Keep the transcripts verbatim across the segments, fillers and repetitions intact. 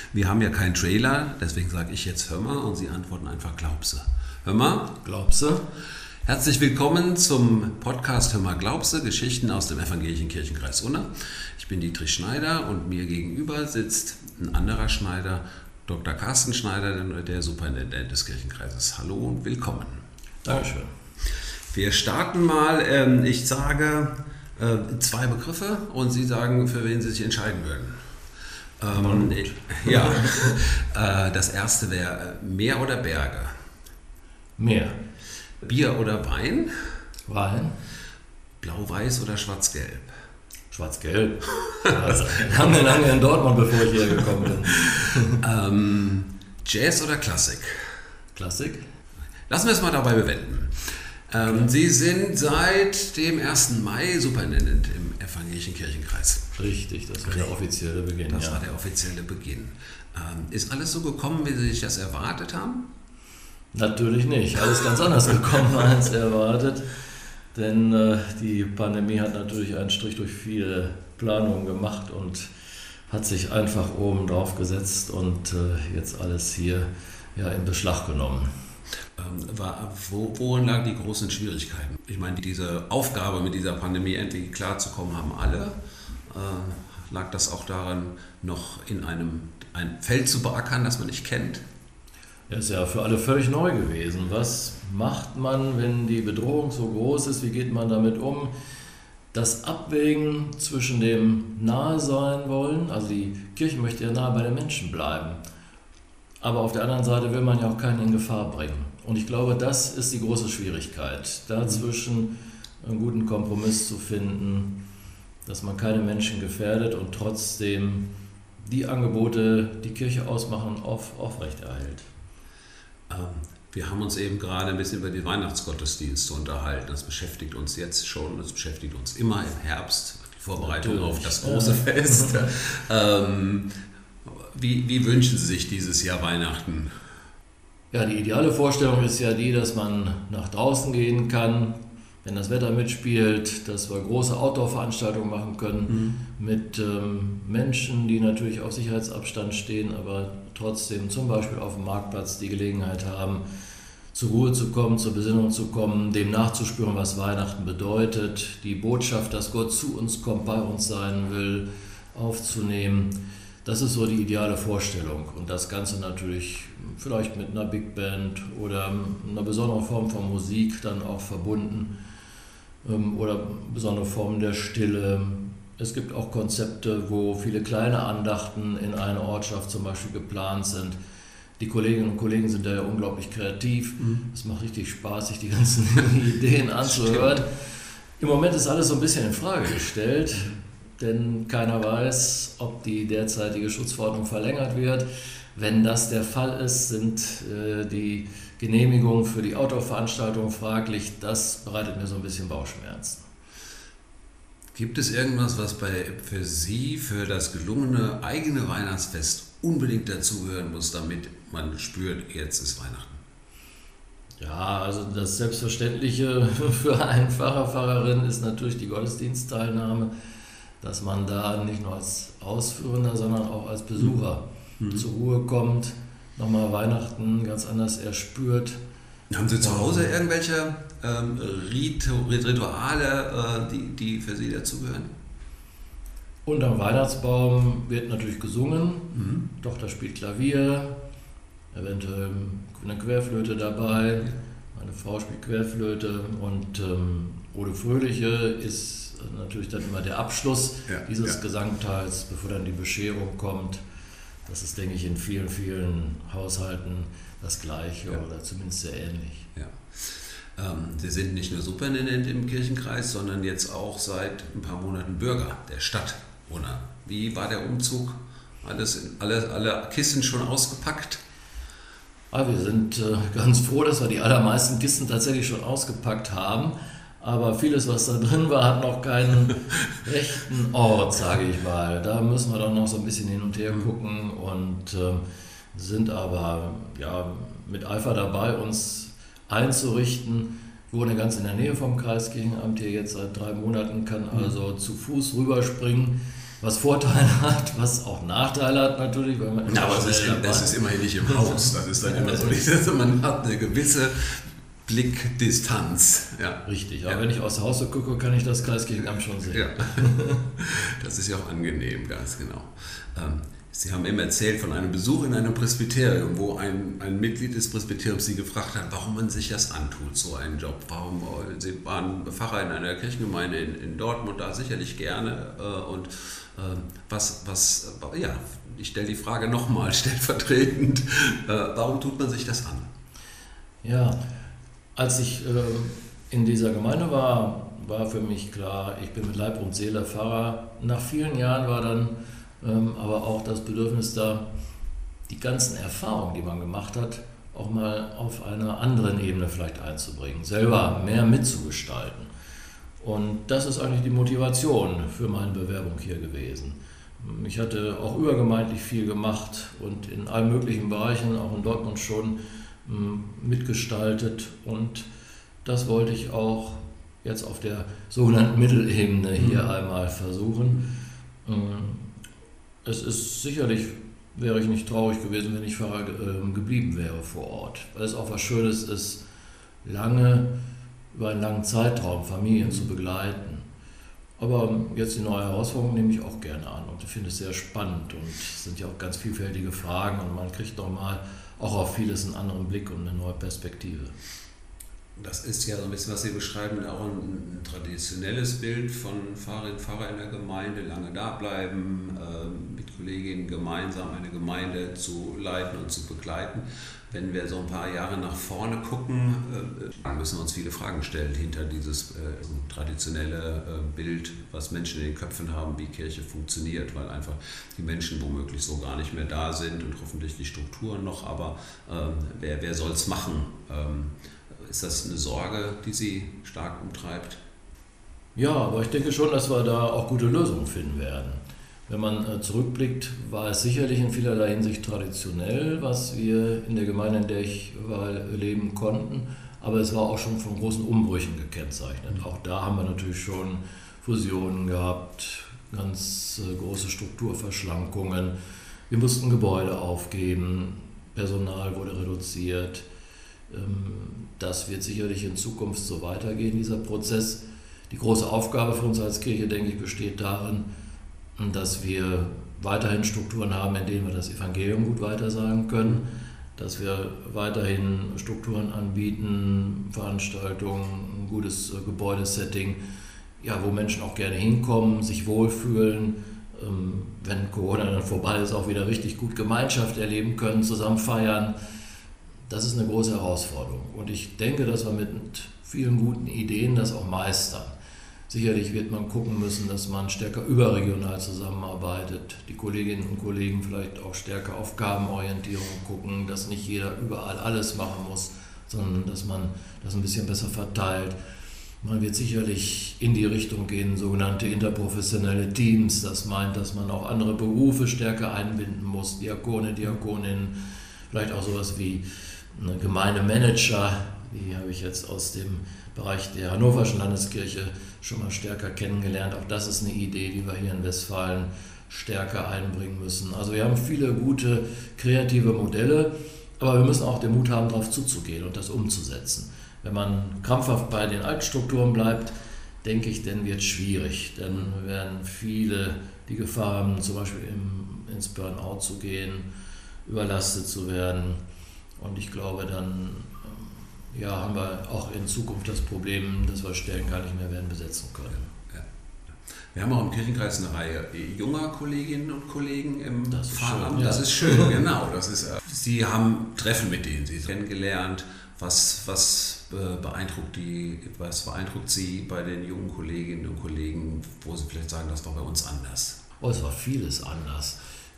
Wir haben ja keinen Trailer, deswegen sage ich jetzt hör mal und Sie antworten einfach glaubse. Hör mal, glaubse. Herzlich willkommen zum Podcast Hör mal glaubse, Geschichten aus dem Evangelischen Kirchenkreis Unna. Ich bin Dietrich Schneider und mir gegenüber sitzt ein anderer Schneider, Doktor Carsten Schneider, der Superintendent des Kirchenkreises. Hallo und willkommen. Dankeschön. Wir starten mal, ich sage zwei Begriffe und Sie sagen, für wen Sie sich entscheiden würden. Ähm, ja, das erste wäre Meer oder Berge? Meer. Bier oder Wein? Wein. Blau-Weiß oder Schwarz-Gelb? Schwarz-Gelb. Also, lange, lange in Dortmund, bevor ich hierher gekommen bin. ähm, Jazz oder Klassik? Klassik. Lassen wir es mal dabei bewenden. Ähm, Sie sind seit dem ersten Mai Superintendent im Evangelischen Kirchenkreis. Richtig, das war der offizielle Beginn. Das ja. war der offizielle Beginn. Ähm, ist alles so gekommen, wie Sie sich das erwartet haben? Natürlich nicht. Alles ganz anders gekommen als erwartet. Denn äh, die Pandemie hat natürlich einen Strich durch viele Planungen gemacht und hat sich einfach oben drauf gesetzt und äh, jetzt alles hier ja, in Beschlag genommen. Ähm, war, wo, worin lagen die großen Schwierigkeiten? Ich meine, diese Aufgabe mit dieser Pandemie endlich klarzukommen, haben alle. Äh, lag das auch daran, noch in einem ein Feld zu beackern, das man nicht kennt? Ja, ist ja für alle völlig neu gewesen. Was macht man, wenn die Bedrohung so groß ist? Wie geht man damit um? Das Abwägen zwischen dem nahe sein wollen, also die Kirche möchte ja nahe bei den Menschen bleiben, aber auf der anderen Seite will man ja auch keinen in Gefahr bringen. Und ich glaube, das ist die große Schwierigkeit, dazwischen einen guten Kompromiss zu finden, dass man keine Menschen gefährdet und trotzdem die Angebote, die Kirche ausmachen, auf, aufrechterhält. Wir haben uns eben gerade ein bisschen über die Weihnachtsgottesdienste unterhalten. Das beschäftigt uns jetzt schon, das beschäftigt uns immer im Herbst, die Vorbereitung Natürlich. auf das große ja. Fest. ähm, wie, wie wünschen Sie sich dieses Jahr Weihnachten? Ja, die ideale Vorstellung ist ja die, dass man nach draußen gehen kann, wenn das Wetter mitspielt, dass wir große Outdoor-Veranstaltungen machen können mhm. mit ähm, Menschen, die natürlich auf Sicherheitsabstand stehen, aber trotzdem zum Beispiel auf dem Marktplatz die Gelegenheit haben, zur Ruhe zu kommen, zur Besinnung zu kommen, dem nachzuspüren, was Weihnachten bedeutet, die Botschaft, dass Gott zu uns kommt, bei uns sein will, aufzunehmen. Das ist so die ideale Vorstellung und das Ganze natürlich vielleicht mit einer Big Band oder einer besonderen Form von Musik dann auch verbunden oder besondere Formen der Stille. Es gibt auch Konzepte, wo viele kleine Andachten in einer Ortschaft zum Beispiel geplant sind. Die Kolleginnen und Kollegen sind da ja unglaublich kreativ. Es macht richtig Spaß, sich die ganzen Ideen anzuhören. Im Moment ist alles so ein bisschen in Frage gestellt, denn keiner weiß, ob die derzeitige Schutzverordnung verlängert wird. Wenn das der Fall ist, sind äh, die Genehmigungen für die Outdoor-Veranstaltungen fraglich. Das bereitet mir so ein bisschen Bauchschmerzen. Gibt es irgendwas, was bei, für Sie, für das gelungene eigene Weihnachtsfest unbedingt dazugehören muss, damit man spürt, jetzt ist Weihnachten? Ja, also das Selbstverständliche für einen Pfarrer, Pfarrerin ist natürlich die Gottesdienstteilnahme, dass man da nicht nur als Ausführender, sondern auch als Besucher mhm. zur Ruhe kommt, nochmal Weihnachten ganz anders erspürt. Haben Sie zu Hause irgendwelche ähm, Rituale, äh, die, die für Sie dazugehören? Unterm Weihnachtsbaum wird natürlich gesungen, mhm. Tochter spielt Klavier, eventuell eine Querflöte dabei, meine Frau spielt Querflöte und ähm, Ode Fröhliche ist natürlich dann immer der Abschluss ja, dieses ja. Gesangteils, bevor dann die Bescherung kommt. Das ist, denke ich, in vielen, vielen Haushalten das Gleiche ja. oder zumindest sehr ähnlich. Ja. Ähm, Sie sind nicht nur Superintendent im Kirchenkreis, sondern jetzt auch seit ein paar Monaten Bürger der Stadt Unna. Wie war der Umzug? Alles, alle, alle Kisten schon ausgepackt? Ja, wir sind äh, ganz froh, dass wir die allermeisten Kisten tatsächlich schon ausgepackt haben. Aber vieles, was da drin war, hat noch keinen rechten Ort, sage ich mal. Da müssen wir dann noch so ein bisschen hin und her gucken und äh, sind aber ja, mit Eifer dabei, uns einzurichten. Ich wohne ganz in der Nähe vom Kreiskirchenamt hier jetzt seit drei Monaten, kann also zu Fuß rüberspringen. was Vorteile hat, was auch Nachteile hat natürlich. Weil man ja, aber das ist, das ist immerhin nicht im Haus. Das ist dann immer so. Also man hat eine gewisse Blickdistanz. Ja. Richtig, aber ja. wenn ich aus Hause gucke, kann ich das Kreискirchenamt schon sehen. Ja. Das ist ja auch angenehm, ganz genau. Sie haben eben erzählt von einem Besuch in einem Presbyterium, wo ein, ein Mitglied des Presbyteriums Sie gefragt hat, warum man sich das antut, so einen Job. Warum, Sie waren Pfarrer in einer Kirchengemeinde in, in Dortmund, da sicherlich gerne. Und äh, was, was, ja, ich stelle die Frage nochmal stellvertretend, äh, warum tut man sich das an? Ja, als ich äh, in dieser Gemeinde war, war für mich klar, ich bin mit Leib und Seele Pfarrer. Nach vielen Jahren war dann ähm, aber auch das Bedürfnis da, die ganzen Erfahrungen, die man gemacht hat, auch mal auf einer anderen Ebene vielleicht einzubringen, selber mehr mitzugestalten. Und das ist eigentlich die Motivation für meine Bewerbung hier gewesen. Ich hatte auch übergemeindlich viel gemacht und in allen möglichen Bereichen, auch in Dortmund schon, mitgestaltet, und das wollte ich auch jetzt auf der sogenannten Mittelebene hier mhm. einmal versuchen. Es ist sicherlich, wäre ich nicht traurig gewesen, wenn ich Pfarrer geblieben wäre vor Ort, weil es auch was Schönes ist, lange, über einen langen Zeitraum Familien zu begleiten. Aber jetzt die neue Herausforderung nehme ich auch gerne an und ich finde es sehr spannend, und es sind ja auch ganz vielfältige Fragen und man kriegt nochmal auch auf vieles einen anderen Blick und eine neue Perspektive. Das ist ja so ein bisschen, was Sie beschreiben, auch ein, ein traditionelles Bild von Pfarrerinnen und Pfarrern in der Gemeinde, lange da bleiben, äh, mit Kolleginnen gemeinsam eine Gemeinde zu leiten und zu begleiten. Wenn wir so ein paar Jahre nach vorne gucken, äh, müssen wir uns viele Fragen stellen hinter dieses äh, traditionelle äh, Bild, was Menschen in den Köpfen haben, wie Kirche funktioniert, weil einfach die Menschen womöglich so gar nicht mehr da sind und hoffentlich die Strukturen noch, aber äh, wer, wer soll es machen? Ähm, ist das eine Sorge, die Sie stark umtreibt? Ja, aber ich denke schon, dass wir da auch gute Lösungen finden werden. Wenn man äh, zurückblickt, war es sicherlich in vielerlei Hinsicht traditionell, was wir in der Gemeinde, in der ich war, leben konnten. Aber es war auch schon von großen Umbrüchen gekennzeichnet. Auch da haben wir natürlich schon Fusionen gehabt, ganz äh, große Strukturverschlankungen. Wir mussten Gebäude aufgeben, Personal wurde reduziert. Ähm, das wird sicherlich in Zukunft so weitergehen, dieser Prozess. Die große Aufgabe für uns als Kirche, denke ich, besteht darin, dass wir weiterhin Strukturen haben, in denen wir das Evangelium gut weitersagen können, dass wir weiterhin Strukturen anbieten, Veranstaltungen, ein gutes Gebäudesetting, ja, wo Menschen auch gerne hinkommen, sich wohlfühlen, ähm, wenn Corona dann vorbei ist, auch wieder richtig gut Gemeinschaft erleben können, zusammen feiern. Das ist eine große Herausforderung, und ich denke, dass wir mit vielen guten Ideen das auch meistern. Sicherlich wird man gucken müssen, dass man stärker überregional zusammenarbeitet, die Kolleginnen und Kollegen vielleicht auch stärker auf Gabenorientierung gucken, dass nicht jeder überall alles machen muss, sondern dass man das ein bisschen besser verteilt. Man wird sicherlich in die Richtung gehen, sogenannte interprofessionelle Teams. Das meint, dass man auch andere Berufe stärker einbinden muss, Diakone, Diakoninnen, vielleicht auch sowas wie eine Gemeindemanager, die habe ich jetzt aus dem Bereich der Hannoverschen Landeskirche schon mal stärker kennengelernt. Auch das ist eine Idee, die wir hier in Westfalen stärker einbringen müssen. Also wir haben viele gute kreative Modelle, aber wir müssen auch den Mut haben, darauf zuzugehen und das umzusetzen. Wenn man krampfhaft bei den alten Strukturen bleibt, denke ich, dann wird es schwierig. Dann werden viele die Gefahr haben, zum Beispiel im, ins Burnout zu gehen, überlastet zu werden. Und ich glaube, dann ja, haben wir auch in Zukunft das Problem, dass wir Stellen gar nicht mehr werden besetzen können. Ja. Wir haben auch im Kirchenkreis eine Reihe junger Kolleginnen und Kollegen im Pfarramt. Das ist schön, genau. Das ist, äh, Sie haben Treffen mit denen Sie kennengelernt. Was, was, äh, beeindruckt die, was beeindruckt Sie bei den jungen Kolleginnen und Kollegen, wo Sie vielleicht sagen, das war bei uns anders? Oh, es war vieles anders.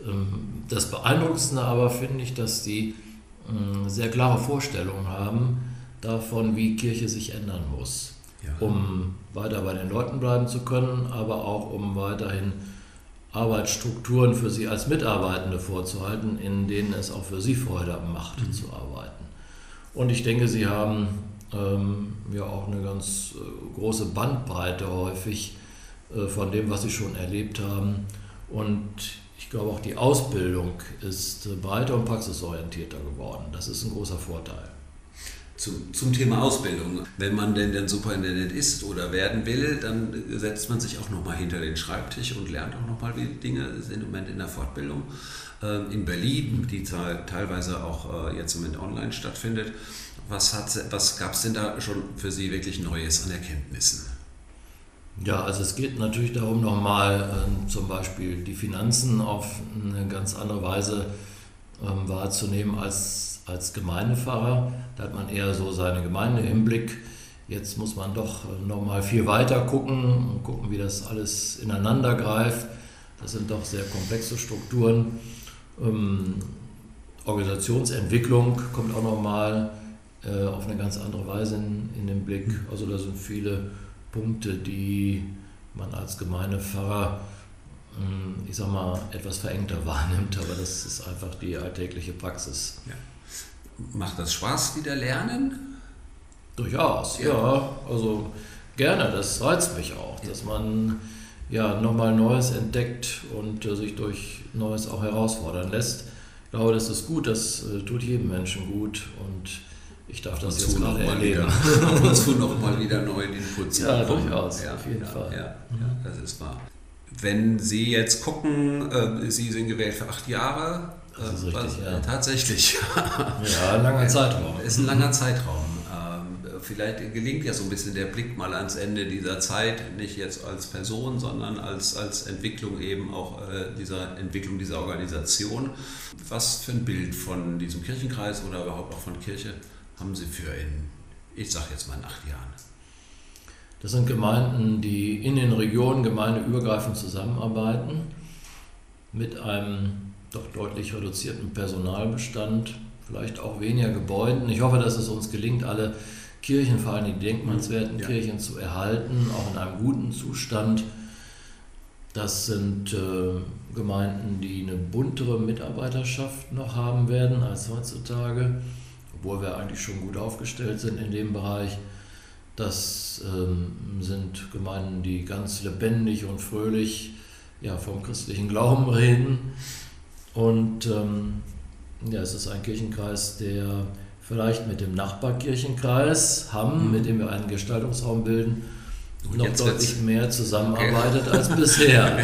Das Beeindruckendste aber finde ich, dass die sehr klare Vorstellungen haben davon, wie Kirche sich ändern muss, ja. um weiter bei den Leuten bleiben zu können, aber auch um weiterhin Arbeitsstrukturen für sie als Mitarbeitende vorzuhalten, in denen es auch für sie Freude macht, mhm. zu arbeiten. Und ich denke, sie haben ähm, ja auch eine ganz äh, große Bandbreite häufig äh, von dem, was sie schon erlebt haben. Und ich glaube auch die Ausbildung ist breiter und praxisorientierter geworden. Das ist ein großer Vorteil. Zum, zum Thema Ausbildung. Wenn man denn dann Superintendent ist oder werden will, dann setzt man sich auch nochmal hinter den Schreibtisch und lernt auch nochmal, wie Dinge sind im Moment in der Fortbildung. Ähm, in Berlin, die teilweise auch äh, jetzt im Moment online stattfindet. Was, was gab es denn da schon für Sie wirklich Neues an Erkenntnissen? Ja, also es geht natürlich darum, nochmal äh, zum Beispiel die Finanzen auf eine ganz andere Weise ähm, wahrzunehmen als, als Gemeindepfarrer. Da hat man eher so seine Gemeinde im Blick. Jetzt muss man doch äh, nochmal viel weiter gucken und gucken, wie das alles ineinander greift. Das sind doch sehr komplexe Strukturen. Ähm, Organisationsentwicklung kommt auch nochmal äh, auf eine ganz andere Weise in, in den Blick. Also da sind viele Punkte, die man als Gemeindepfarrer, ich sag mal, etwas verengter wahrnimmt, aber das ist einfach die alltägliche Praxis. Ja. Macht das Spaß, wieder lernen? Durchaus, ja. ja. Also gerne, das reizt mich auch, dass man ja nochmal Neues entdeckt und äh, sich durch Neues auch herausfordern lässt. Ich glaube, das ist gut, das äh, tut jedem Menschen gut und ich darf das jetzt gerade erleben. Ab und zu noch mal wieder neuen Input zu Ja, durchaus, ja, auf jeden ja, Fall. Ja, ja, das ist wahr. Wenn Sie jetzt gucken, äh, Sie sind gewählt für acht Jahre. Äh, das ist richtig, was, ja. Tatsächlich. Ja, ein langer Zeitraum. Ist ein langer Zeitraum. Ähm, vielleicht gelingt ja so ein bisschen der Blick mal ans Ende dieser Zeit, nicht jetzt als Person, sondern als, als Entwicklung eben auch äh, dieser Entwicklung dieser Organisation. Was für ein Bild von diesem Kirchenkreis oder überhaupt auch von Kirche haben Sie für in, ich sage jetzt mal in acht Jahren? Das sind Gemeinden, die in den Regionen gemeindeübergreifend zusammenarbeiten, mit einem doch deutlich reduzierten Personalbestand, vielleicht auch weniger Gebäuden. Ich hoffe, dass es uns gelingt, alle Kirchen, vor allem die denkmalswerten ja. Kirchen, zu erhalten, auch in einem guten Zustand. Das sind äh, Gemeinden, die eine buntere Mitarbeiterschaft noch haben werden als heutzutage, obwohl wir eigentlich schon gut aufgestellt sind in dem Bereich. Das ähm, sind Gemeinden, die ganz lebendig und fröhlich ja, vom christlichen Glauben reden. Und ähm, ja, es ist ein Kirchenkreis, der vielleicht mit dem Nachbarkirchenkreis Hamm, mhm. mit dem wir einen Gestaltungsraum bilden, und noch deutlich mehr zusammenarbeitet okay. als bisher.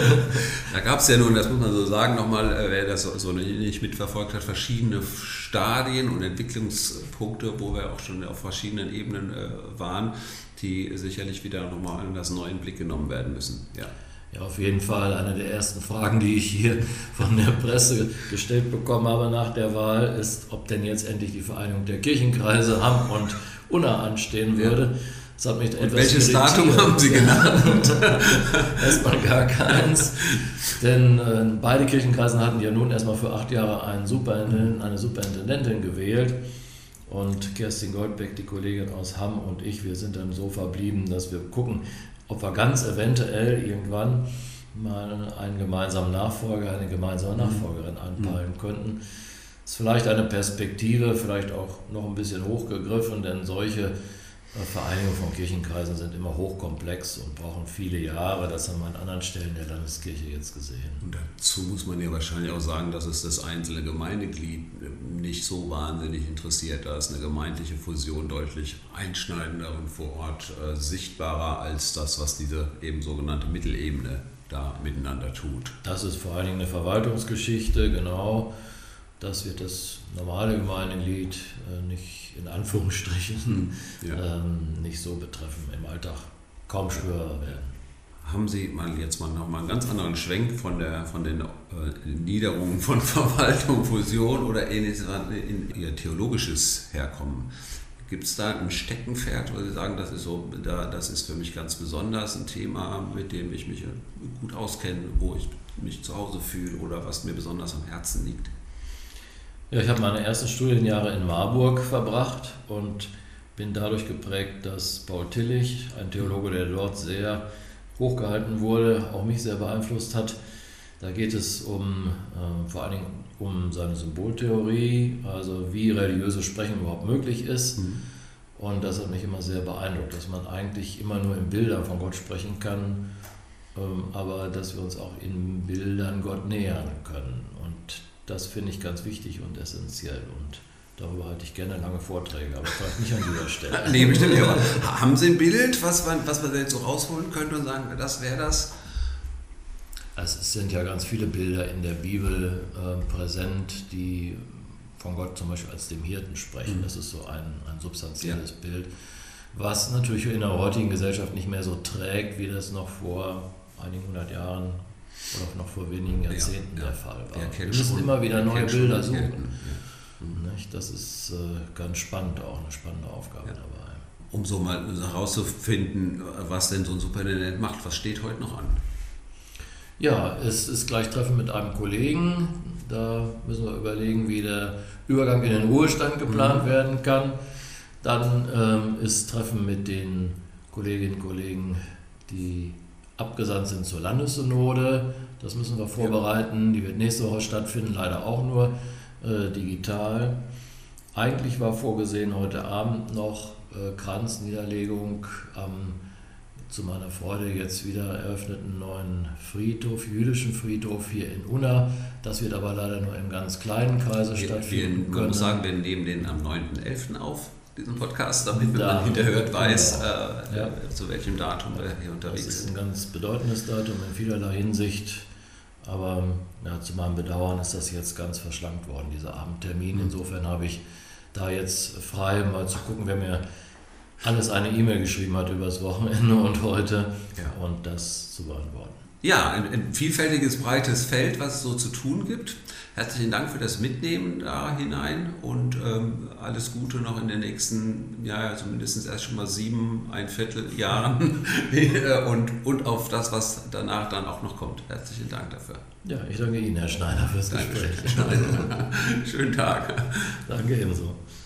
Da gab es ja nun, das muss man so sagen, nochmal, wer das so nicht mitverfolgt hat, verschiedene Stadien und Entwicklungspunkte, wo wir auch schon auf verschiedenen Ebenen waren, die sicherlich wieder nochmal in das neuen Blick genommen werden müssen. Ja. Ja, auf jeden Fall. Eine der ersten Fragen, die ich hier von der Presse gestellt bekommen habe nach der Wahl, ist, ob denn jetzt endlich die Vereinigung der Kirchenkreise Hamm und Unna anstehen würde. Das hat mich etwas welches Datum haben Sie genannt? Erstmal gar keins. Denn äh, beide Kirchenkreise hatten ja nun erstmal für acht Jahre einen Superintendenten, eine Superintendentin gewählt. Und Kerstin Goldbeck, die Kollegin aus Hamm, und ich, wir sind dann so verblieben, dass wir gucken, ob wir ganz eventuell irgendwann mal einen gemeinsamen Nachfolger, eine gemeinsame Nachfolgerin anpeilen könnten. Das ist vielleicht eine Perspektive, vielleicht auch noch ein bisschen hochgegriffen, denn solche Vereinigungen von Kirchenkreisen sind immer hochkomplex und brauchen viele Jahre. Das haben wir an anderen Stellen der Landeskirche jetzt gesehen. Und dazu muss man ja wahrscheinlich auch sagen, dass es das einzelne Gemeindeglied nicht so wahnsinnig interessiert. Da ist eine gemeindliche Fusion deutlich einschneidender und vor Ort äh, sichtbarer als das, was diese eben sogenannte Mittelebene da miteinander tut. Das ist vor allen Dingen eine Verwaltungsgeschichte, genau. Das wird das normale Gemeindeglied äh, nicht in Anführungsstrichen ja. ähm, nicht so betreffen, im Alltag kaum spürbar werden. Haben Sie mal jetzt mal nochmal einen ganz anderen Schwenk von, der, von den äh, Niederungen von Verwaltung, Fusion oder ähnliches in Ihr theologisches Herkommen? Gibt es da ein Steckenpferd, wo Sie sagen, das ist, so, da, das ist für mich ganz besonders ein Thema, mit dem ich mich gut auskenne, wo ich mich zu Hause fühle oder was mir besonders am Herzen liegt? Ja, ich habe meine ersten Studienjahre in Marburg verbracht und bin dadurch geprägt, dass Paul Tillich, ein Theologe, der dort sehr hochgehalten wurde, auch mich sehr beeinflusst hat. Da geht es um, äh, vor allen Dingen um seine Symboltheorie, also wie religiöses Sprechen überhaupt möglich ist. Mhm. Und das hat mich immer sehr beeindruckt, dass man eigentlich immer nur in Bildern von Gott sprechen kann ähm, aber dass wir uns auch in Bildern Gott nähern können. Und das finde ich ganz wichtig und essentiell. Und darüber halte ich gerne lange Vorträge, aber vielleicht nicht an dieser Stelle. Nee, bestimmt nicht. Aber haben Sie ein Bild, was man, was man da jetzt so rausholen könnte und sagen, das wäre das? Also es sind ja ganz viele Bilder in der Bibel äh, präsent, die von Gott zum Beispiel als dem Hirten sprechen. Das ist so ein, ein substanzielles ja. Bild, was natürlich in der heutigen Gesellschaft nicht mehr so trägt, wie das noch vor einigen hundert Jahren oder noch vor wenigen Jahrzehnten ja, ja. der Fall war. Wir müssen immer wieder neue Bilder suchen. Ja. Nicht? Das ist äh, ganz spannend, auch eine spannende Aufgabe ja. dabei. Um so mal herauszufinden, was denn so ein Superintendent macht, was steht heute noch an? Ja, es ist gleich Treffen mit einem Kollegen. Da müssen wir überlegen, wie der Übergang in den Ruhestand geplant mhm. werden kann. Dann ähm, ist Treffen mit den Kolleginnen und Kollegen, die abgesandt sind zur Landessynode. Das müssen wir vorbereiten. Die wird nächste Woche stattfinden, leider auch nur äh, digital. Eigentlich war vorgesehen heute Abend noch äh, Kranzniederlegung am zu meiner Freude jetzt wieder eröffneten neuen Friedhof, jüdischen Friedhof hier in Unna. Das wird aber leider nur im ganz kleinen Kreise wir, stattfinden wir, Man muss sagen, wir nehmen den am neunten elften auf, diesen Podcast, damit da, man hinterhört weiß, genau. äh, ja. zu welchem Datum wir hier unterwegs sind. Das ist ein ganz bedeutendes Datum in vielerlei Hinsicht, aber ja, zu meinem Bedauern ist das jetzt ganz verschlankt worden, dieser Abendtermin. Insofern habe ich da jetzt frei, mal zu gucken, wer mir alles eine E-Mail geschrieben hat übers Wochenende und heute ja. und das zu beantworten. Ja, ein, ein vielfältiges, breites Feld, was es so zu tun gibt. Herzlichen Dank für das Mitnehmen da hinein und ähm, alles Gute noch in den nächsten, ja, zumindest erst schon mal sieben, ein Viertel Jahren und, und auf das, was danach dann auch noch kommt. Herzlichen Dank dafür. Ja, ich danke Ihnen, Herr Schneider, fürs Gespräch. Schönen Tag. Danke ebenso.